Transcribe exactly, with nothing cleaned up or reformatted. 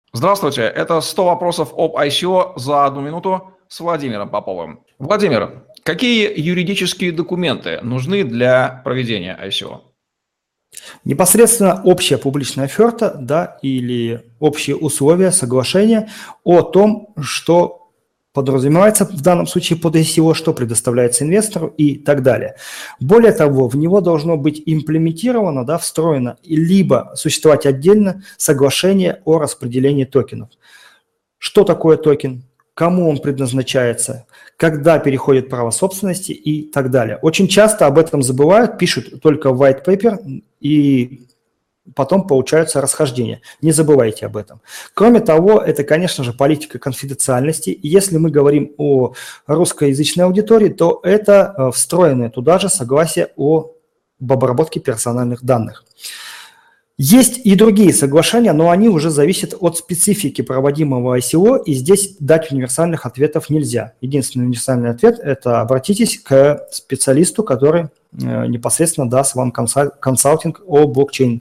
Здравствуйте, это сто вопросов об ай си о за одну минуту с Владимиром Поповым. Владимир, какие юридические документы нужны для проведения ай си о? Непосредственно общая публичная оферта, да, или общие условия, соглашения о том, что подразумевается в данном случае под ай си о, что предоставляется инвестору и так далее. Более того, в него должно быть имплементировано, да, встроено, либо существовать отдельно соглашение о распределении токенов. Что такое токен? Кому он предназначается, когда переходит право собственности и так далее. Очень часто об этом забывают, пишут только в white paper и потом получаются расхождения. Не забывайте об этом. Кроме того, это, конечно же, политика конфиденциальности. И если мы говорим о русскоязычной аудитории, то это встроенное туда же согласие об обработке персональных данных. Есть и другие соглашения, но они уже зависят от специфики проводимого ай си о, и здесь дать универсальных ответов нельзя. Единственный универсальный ответ – это обратитесь к специалисту, который непосредственно даст вам консалтинг о блокчейн.